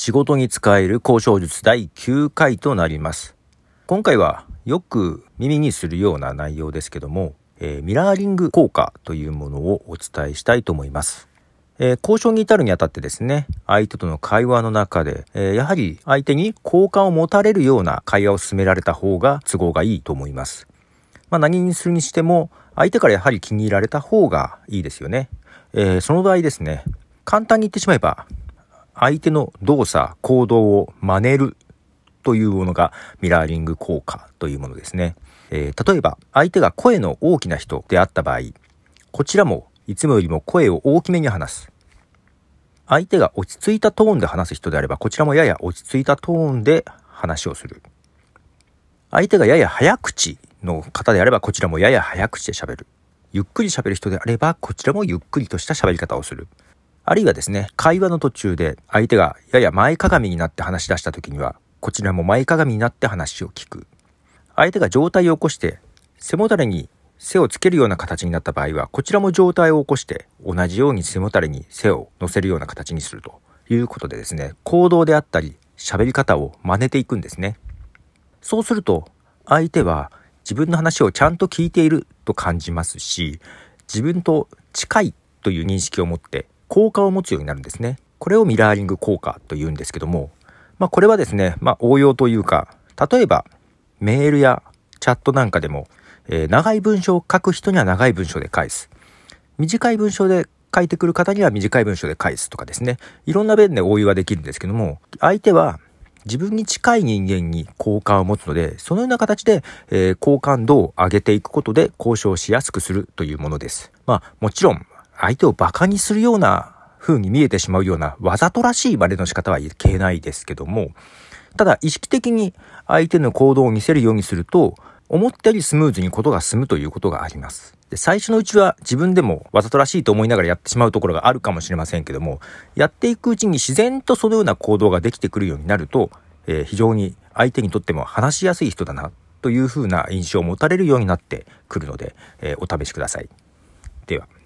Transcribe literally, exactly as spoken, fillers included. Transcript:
仕事に使える交渉術だいきゅうかいとなります。今回はよく耳にするような内容ですけども、えー、ミラーリング効果というものをお伝えしたいと思います。えー、交渉に至るにあたってですね、相手との会話の中で、えー、やはり相手に好感を持たれるような会話を進められた方が都合がいいと思います。まあ、何にするにしても相手からやはり気に入られた方がいいですよね。えー、その場合ですね、簡単に言ってしまえば相手の動作行動を真似るというものがミラーリング効果というものですね。えー、例えば相手が声の大きな人であった場合、こちらもいつもよりも声を大きめに話す。相手が落ち着いたトーンで話す人であれば、こちらもやや落ち着いたトーンで話をする。相手がやや早口の方であれば、こちらもやや早口で喋る。ゆっくり喋る人であれば、こちらもゆっくりとした喋り方をする。あるいはですね、会話の途中で相手がやや前かがみになって話し出した時には、こちらも前かがみになって話を聞く。相手が上体を起こして背もたれに背をつけるような形になった場合は、こちらも上体を起こして同じように背もたれに背を乗せるような形にするということでですね、行動であったり喋り方を真似ていくんですね。そうすると相手は自分の話をちゃんと聞いていると感じますし、自分と近いという認識を持って好感を持つようになるんですね。これをミラーリング効果というんですけども、まあこれはですね、まあ応用というか、例えばメールやチャットなんかでも、えー、長い文章を書く人には長い文章で返す。短い文章で書いてくる方には短い文章で返すとかですね。いろんな面で応用はできるんですけども、相手は自分に近い人間に好感を持つので、そのような形で、えー、好感度を上げていくことで交渉しやすくするというものです。まあもちろん相手をバカにするような風に見えてしまうようなわざとらしい真似の仕方はいけないですけども、ただ意識的に相手の行動を見せるようにすると、思ったよりスムーズにことが進むということがあります。で、最初のうちは自分でもわざとらしいと思いながらやってしまうところがあるかもしれませんけども、やっていくうちに自然とそのような行動ができてくるようになると、えー、非常に相手にとっても話しやすい人だなというふうな印象を持たれるようになってくるので、えー、お試しください。では。